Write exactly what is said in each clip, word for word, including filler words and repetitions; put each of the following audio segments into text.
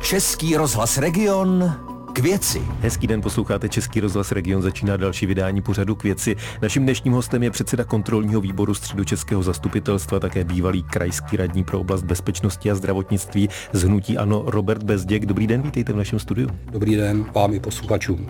Český rozhlas Region k věci. Hezký den, posloucháte Český rozhlas Region, začíná další vydání pořadu K věci. Naším dnešním hostem je předseda kontrolního výboru Středočeského zastupitelstva, také bývalý krajský radní pro oblast bezpečnosti a zdravotnictví z hnutí ANO Robert Bezděk. Dobrý den, vítejte v našem studiu. Dobrý den vám i posluchačům.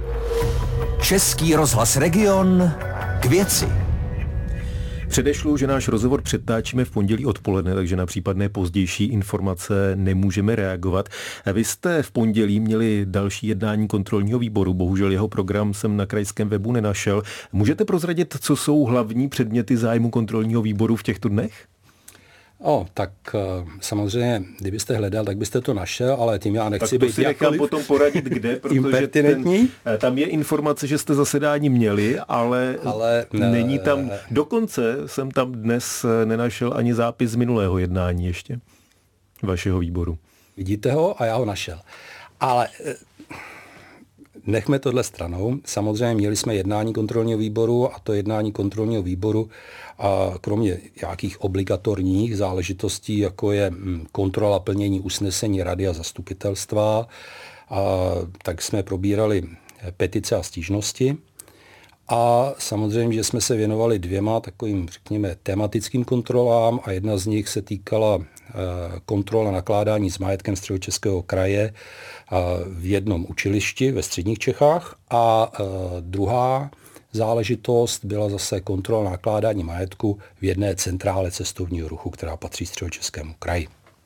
Český rozhlas Region k věci. Předešlu, že náš rozhovor předtáčíme v pondělí odpoledne, takže na případné pozdější informace nemůžeme reagovat. Vy jste v pondělí měli další jednání kontrolního výboru, bohužel jeho program jsem na krajském webu nenašel. Můžete prozradit, co jsou hlavní předměty zájmu kontrolního výboru v těchto dnech? O, tak samozřejmě, kdybyste hledal, tak byste to našel, ale tím já nechci být být si nechám potom poradit, kde, protože ten, tam je informace, že jste zasedání měli, ale, ale není tam, dokonce jsem tam dnes nenašel ani zápis z minulého jednání ještě vašeho výboru. Vidíte ho a já ho našel. Ale nechme tohle stranou. Samozřejmě měli jsme jednání kontrolního výboru a to jednání kontrolního výboru a kromě nějakých obligatorních záležitostí, jako je kontrola plnění usnesení rady a zastupitelstva, a tak jsme probírali petice a stížnosti. A samozřejmě, že jsme se věnovali dvěma takovým, řekněme, tematickým kontrolám a jedna z nich se týkala kontrola nakládání s majetkem Středočeského kraje v jednom učilišti ve středních Čechách a druhá záležitost byla zase kontrola nakládání majetku v jedné centrále cestovního ruchu, která patří Středočeskému kraji.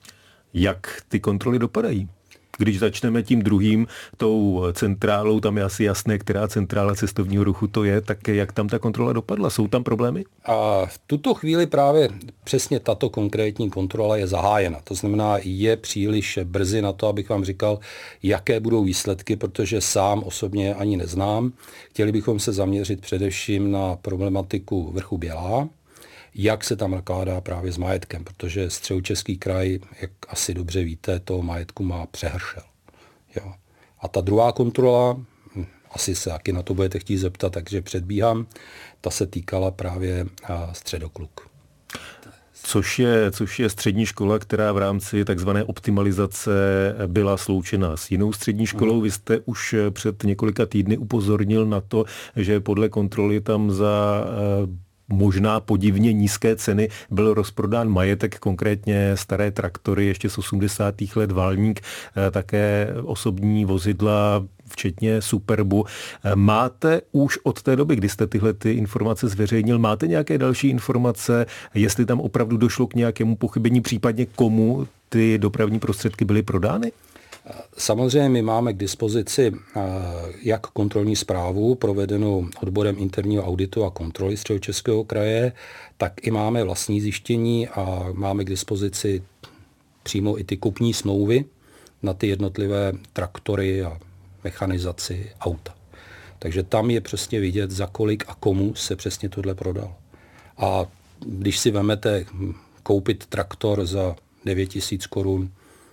Jak ty kontroly dopadají? Když začneme tím druhým, tou centrálou, tam je asi jasné, která centrála cestovního ruchu to je, tak jak tam ta kontrola dopadla? Jsou tam problémy? A v tuto chvíli právě přesně tato konkrétní kontrola je zahájena. To znamená, je příliš brzy na to, abych vám říkal, jaké budou výsledky, protože sám osobně ani neznám. Chtěli bychom se zaměřit především na problematiku vrchu Bělá, jak se tam nakládá právě s majetkem, protože Středočeský kraj, jak asi dobře víte, toho majetku má přehršel. Jo. A ta druhá kontrola, asi se taky na to budete chtít zeptat, takže předbíhám, ta se týkala právě Středokluk. Což je, což je střední škola, která v rámci takzvané optimalizace byla sloučena s jinou střední školou. Vy jste už před několika týdny upozornil na to, že podle kontroly tam za možná podivně nízké ceny byl rozprodán majetek, konkrétně staré traktory ještě z osmdesátých let, Valník, také osobní vozidla, včetně Superbu. Máte už od té doby, kdy jste tyhle ty informace zveřejnil, máte nějaké další informace, jestli tam opravdu došlo k nějakému pochybení, případně komu ty dopravní prostředky byly prodány? Samozřejmě my máme k dispozici jak kontrolní zprávu provedenou odborem interního auditu a kontroly Středočeského kraje, tak i máme vlastní zjištění a máme k dispozici přímo i ty kupní smlouvy na ty jednotlivé traktory a mechanizaci auta. Takže tam je přesně vidět, za kolik a komu se přesně tohle prodalo. A když si vemete koupit traktor za devět tisíc korun,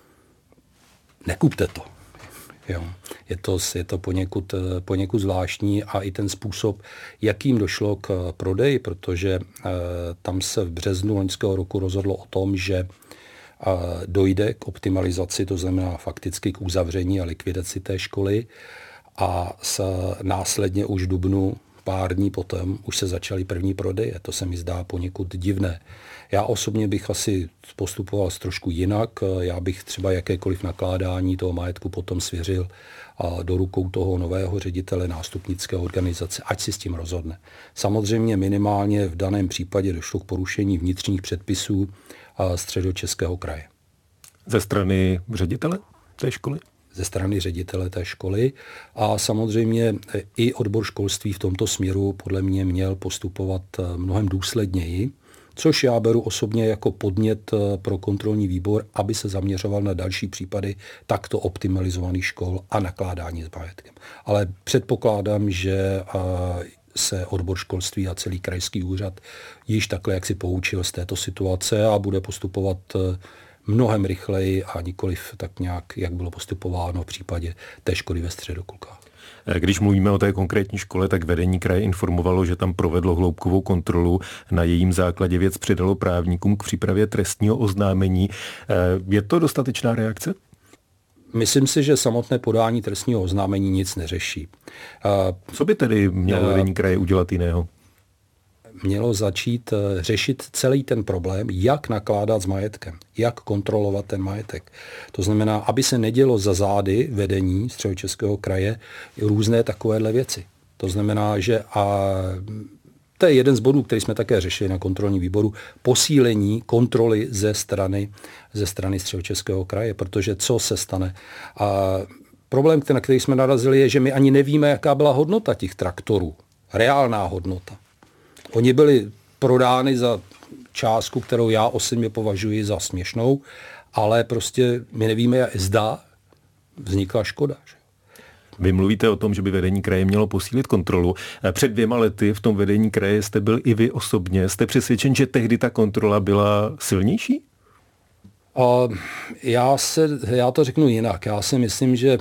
nekupte to. Jo. Je to, je to poněkud, poněkud zvláštní a i ten způsob, jakým došlo k prodeji, protože eh, tam se v březnu loňského roku rozhodlo o tom, že eh, dojde k optimalizaci, to znamená fakticky k uzavření a likvidaci té školy a s, následně už v dubnu pár dní potom už se začaly první prodeje. To se mi zdá poněkud divné. Já osobně bych asi postupoval trošku jinak. Já bych třeba jakékoliv nakládání toho majetku potom svěřil a do rukou toho nového ředitele nástupnické organizace, ať si s tím rozhodne. Samozřejmě minimálně v daném případě došlo k porušení vnitřních předpisů Středočeského kraje. Ze strany ředitele té školy? Ze strany ředitele té školy a samozřejmě i odbor školství v tomto směru podle mě měl postupovat mnohem důsledněji, což já beru osobně jako podnět pro kontrolní výbor, aby se zaměřoval na další případy takto optimalizovaných škol a nakládání s majetkem. Ale předpokládám, že se odbor školství a celý krajský úřad již takhle jak si poučil z této situace a bude postupovat mnohem rychleji a nikoliv tak nějak, jak bylo postupováno v případě té školy ve Středoklukách. Když mluvíme o té konkrétní škole, tak vedení kraje informovalo, že tam provedlo hloubkovou kontrolu. Na jejím základě věc předalo právníkům k přípravě trestního oznámení. Je to dostatečná reakce? Myslím si, že samotné podání trestního oznámení nic neřeší. Co by tedy mělo vedení kraje udělat jiného? Mělo začít řešit celý ten problém, jak nakládat s majetkem, jak kontrolovat ten majetek. To znamená, aby se nedělo za zády vedení Středočeského kraje různé takovéhle věci. To znamená, že a to je jeden z bodů, který jsme také řešili na kontrolním výboru, posílení kontroly ze strany, ze strany Středočeského kraje, protože co se stane? A problém, na který jsme narazili, je, že my ani nevíme, jaká byla hodnota těch traktorů. Reálná hodnota. Oni byli prodány za částku, kterou já osobně považuji za směšnou, ale prostě my nevíme, zda vznikla škoda. Že? Vy mluvíte o tom, že by vedení kraje mělo posílit kontrolu. Před dvěma lety v tom vedení kraje jste byl i vy osobně. Jste přesvědčen, že tehdy ta kontrola byla silnější? A já, se, já to řeknu jinak. Já si myslím, že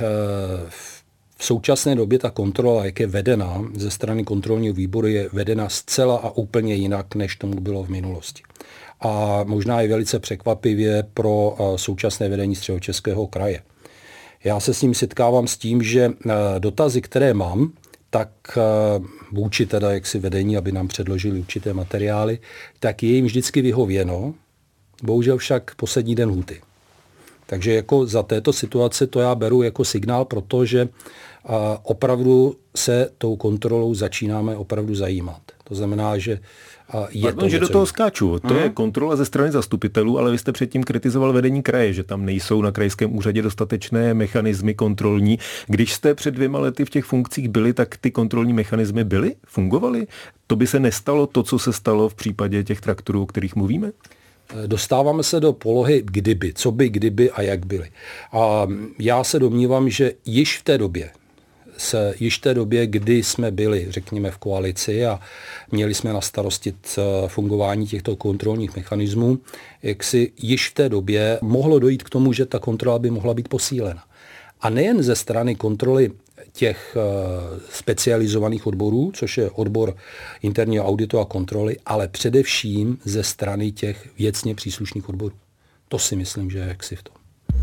v současné době ta kontrola, jak je vedena ze strany kontrolního výboru, je vedena zcela a úplně jinak, než tomu bylo v minulosti. A možná i velice překvapivě pro současné vedení Středočeského kraje. Já se s ním setkávám s tím, že dotazy, které mám, tak vůči teda jaksi vedení, aby nám předložili určité materiály, tak je jim vždycky vyhověno, bohužel však poslední den lhůty. Takže jako za této situace to já beru jako signál pro to, že opravdu se tou kontrolou začínáme opravdu zajímat. To znamená, že je Pardon, to že do toho skáču. To hmm. je kontrola ze strany zastupitelů, ale vy jste předtím kritizoval vedení kraje, že tam nejsou na krajském úřadě dostatečné mechanismy kontrolní. Když jste před dvěma lety v těch funkcích byli, tak ty kontrolní mechanismy byly? Fungovaly? To by se nestalo to, co se stalo v případě těch traktorů, o kterých mluvíme? Dostáváme se do polohy kdyby, co by, kdyby a jak byly. A já se domnívám, že již v té době, se, již v té době, kdy jsme byli, řekněme, v koalici a měli jsme na starosti fungování těchto kontrolních mechanismů, jak si již v té době mohlo dojít k tomu, že ta kontrola by mohla být posílena. A nejen ze strany kontroly těch specializovaných odborů, což je odbor interního auditu a kontroly, ale především ze strany těch věcně příslušných odborů. To si myslím, že je jaksi v tom.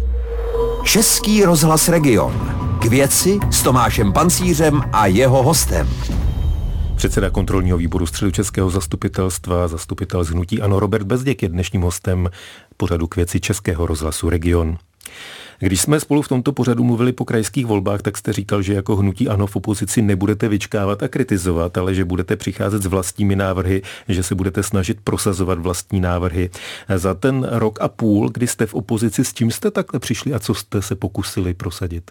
Český rozhlas Region. K věci s Tomášem Pancířem a jeho hostem. Předseda kontrolního výboru Středočeského zastupitelstva, zastupitel z hnutí ANO Robert Bezděk je dnešním hostem pořadu K věci Českého rozhlasu Region. Když jsme spolu v tomto pořadu mluvili po krajských volbách, tak jste říkal, že jako hnutí ANO v opozici nebudete vyčkávat a kritizovat, ale že budete přicházet s vlastními návrhy, že se budete snažit prosazovat vlastní návrhy. Za ten rok a půl, kdy jste v opozici, s čím jste takhle přišli a co jste se pokusili prosadit?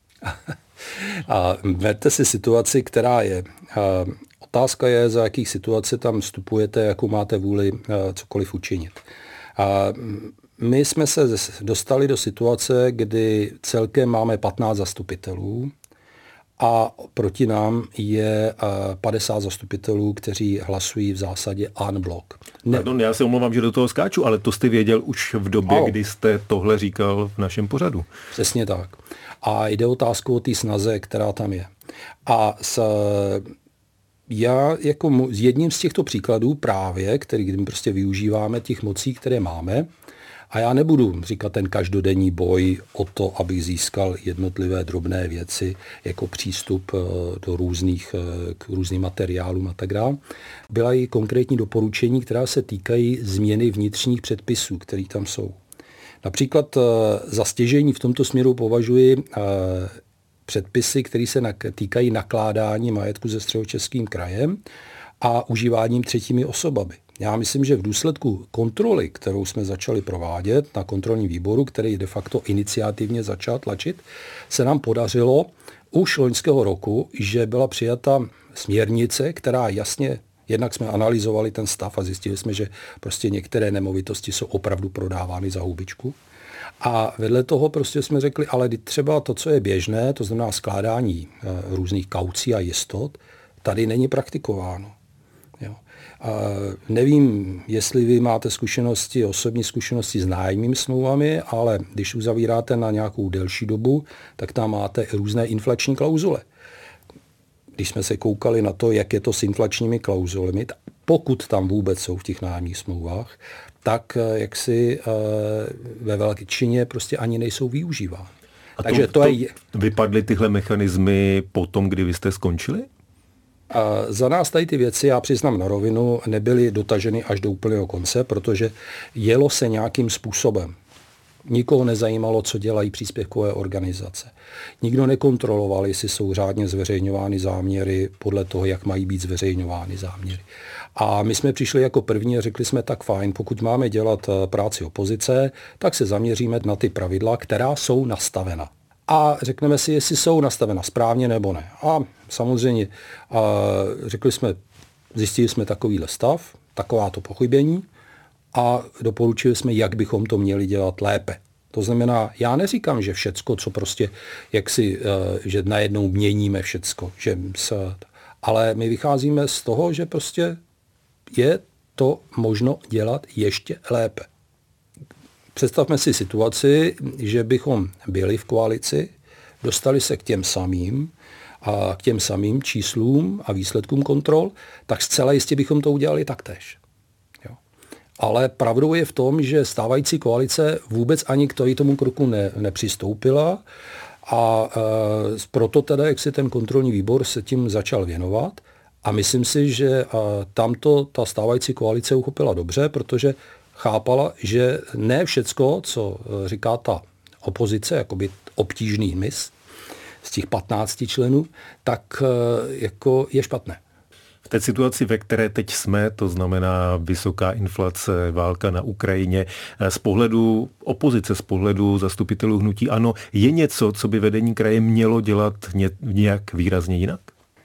A berte si situaci, která je. A otázka je, za jakých situací tam vstupujete, jakou máte vůli cokoliv učinit. A my jsme se dostali do situace, kdy celkem máme patnáct zastupitelů a proti nám je padesát zastupitelů, kteří hlasují v zásadě en bloc. Ne. Pardon, já se omlouvám, že do toho skáču, ale to jste věděl už v době, oh. kdy jste tohle říkal v našem pořadu. Přesně tak. A jde otázku o té snaze, která tam je. A s, já jako s jedním z těchto příkladů právě, který kdy prostě využíváme těch mocí, které máme, a já nebudu říkat ten každodenní boj o to, abych získal jednotlivé drobné věci jako přístup do různých, k různým materiálům a tak dále. Byla i konkrétní doporučení, která se týkají změny vnitřních předpisů, které tam jsou. Například za stěžejní v tomto směru považuji předpisy, které se týkají nakládání majetku se Středočeským krajem a užíváním třetími osobami. Já myslím, že v důsledku kontroly, kterou jsme začali provádět na kontrolním výboru, který de facto iniciativně začal tlačit, se nám podařilo už loňského roku, že byla přijata směrnice, která jasně, jednak jsme analyzovali ten stav a zjistili jsme, že prostě některé nemovitosti jsou opravdu prodávány za houbičku. A vedle toho prostě jsme řekli, ale třeba to, co je běžné, to znamená skládání různých kaucí a jistot, tady není praktikováno. Jo. A nevím, jestli vy máte zkušenosti, osobní zkušenosti s nájemními smlouvami, ale když uzavíráte na nějakou delší dobu, tak tam máte různé inflační klauzule. Když jsme se koukali na to, jak je to s inflačními klauzulemi, pokud tam vůbec jsou v těch nájemních smlouvách, tak jaksi ve velké čině prostě ani nejsou využívány. A Takže to, to, to je... vypadly tyhle mechanismy potom, kdy vy jste skončili? A za nás tady ty věci, já přiznám na rovinu, nebyly dotaženy až do úplného konce, protože jelo se nějakým způsobem. Nikoho nezajímalo, co dělají příspěvkové organizace. Nikdo nekontroloval, jestli jsou řádně zveřejňovány záměry podle toho, jak mají být zveřejňovány záměry. A my jsme přišli jako první a řekli jsme, tak fajn, pokud máme dělat práci opozice, tak se zaměříme na ty pravidla, která jsou nastavena. A řekneme si, jestli jsou nastavena správně nebo ne. A samozřejmě a řekli jsme, zjistili jsme takovýhle stav, takováto pochybení a doporučili jsme, jak bychom to měli dělat lépe. To znamená, já neříkám, že všecko, co prostě, jak si, že najednou měníme všecko, že se, ale my vycházíme z toho, že prostě je to možno dělat ještě lépe. Představme si situaci, že bychom byli v koalici, dostali se k těm samým a k těm samým číslům a výsledkům kontrol, tak zcela jistě bychom to udělali taktéž. Jo. Ale pravdou je v tom, že stávající koalice vůbec ani k tomu kroku ne, nepřistoupila a e, proto teda, jak si ten kontrolní výbor se tím začal věnovat a myslím si, že e, tamto ta stávající koalice uchopila dobře, protože chápala, že ne všecko, co říká ta opozice, jakoby obtížný mis z těch patnácti členů, tak jako je špatné. V té situaci, ve které teď jsme, to znamená vysoká inflace, válka na Ukrajině, z pohledu opozice, z pohledu zastupitelů hnutí ANO, je něco, co by vedení kraje mělo dělat nějak výrazně jinak?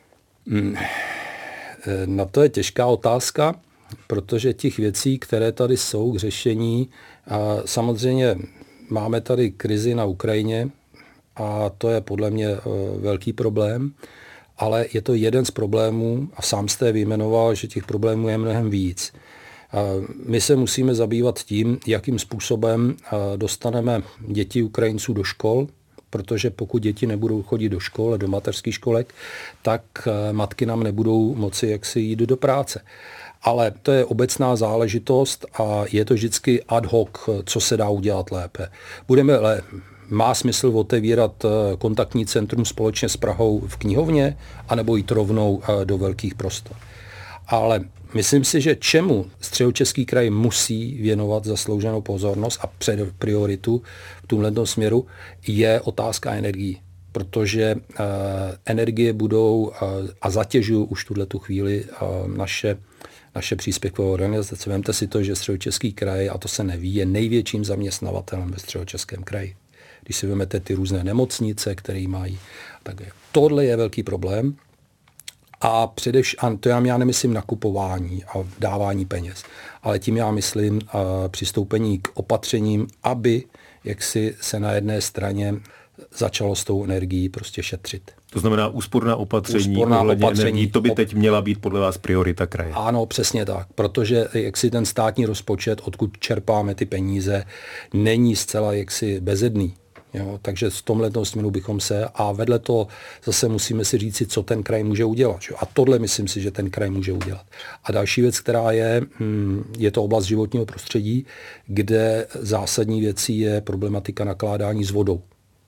Na to je těžká otázka, protože těch věcí, které tady jsou k řešení, a samozřejmě máme tady krizi na Ukrajině a to je podle mě velký problém, ale je to jeden z problémů a sám jste vyjmenoval, že těch problémů je mnohem víc. My se musíme zabývat tím, jakým způsobem dostaneme děti Ukrajinců do škol, protože pokud děti nebudou chodit do škol, do mateřských školek, tak matky nám nebudou moci jaksi jít do práce. Ale to je obecná záležitost a je to vždycky ad hoc, co se dá udělat lépe. Budeme, le, má smysl otevírat kontaktní centrum společně s Prahou v knihovně, anebo jít rovnou do velkých prostor. Ale myslím si, že čemu Středočeský kraj musí věnovat zaslouženou pozornost a před prioritu v tomto směru je otázka energií. Protože uh, energie budou uh, a zatěžují už tuhletu chvíli uh, naše, naše příspěvkové organizace. Vemte si to, že Středočeský kraj, a to se neví, je největším zaměstnavatelem ve Středočeském kraji. Když si vezmete ty různé nemocnice, které mají, tak tohle je velký problém. A především, to já, já nemyslím nakupování a dávání peněz, ale tím já myslím uh, přistoupení k opatřením, aby jaksi se na jedné straně začalo s tou energií prostě šetřit. To znamená úsporná opatření, úsporná opatření energií, to by teď měla být podle vás priorita kraje. Ano, přesně tak, protože jaksi ten státní rozpočet, odkud čerpáme ty peníze, není zcela jaksi bezedný. Jo, takže v tomhle směru bychom se a vedle toho zase musíme si říci, co ten kraj může udělat. Jo? A tohle myslím si, že ten kraj může udělat. A další věc, která je, je to oblast životního prostředí, kde zásadní věcí je problematika nakládání s vodou.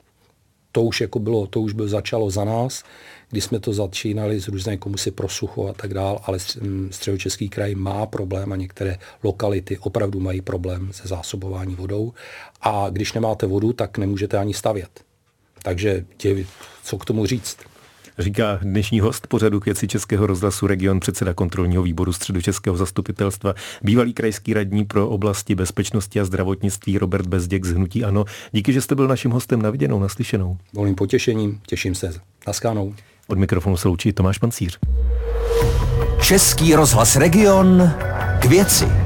To už jako bylo, to už bylo začalo za nás, když jsme to začínali z různé komisy pro sucho a tak dál, ale Středočeský kraj má problém a některé lokality opravdu mají problém se zásobování vodou a když nemáte vodu, tak nemůžete ani stavět. Takže tě, co k tomu říct? Říká dnešní host pořadu K věci Českého rozhlasu Region, předseda kontrolního výboru Středočeského zastupitelstva, bývalý krajský radní pro oblasti bezpečnosti a zdravotnictví Robert Bezděk z hnutí ANO. Díky, že jste byl naším hostem. Na viděnou, naslyšenou. Volným potěšením, těším se. Naschánou. Od mikrofonu se loučí Tomáš Pancíř. Český rozhlas Region, K věci.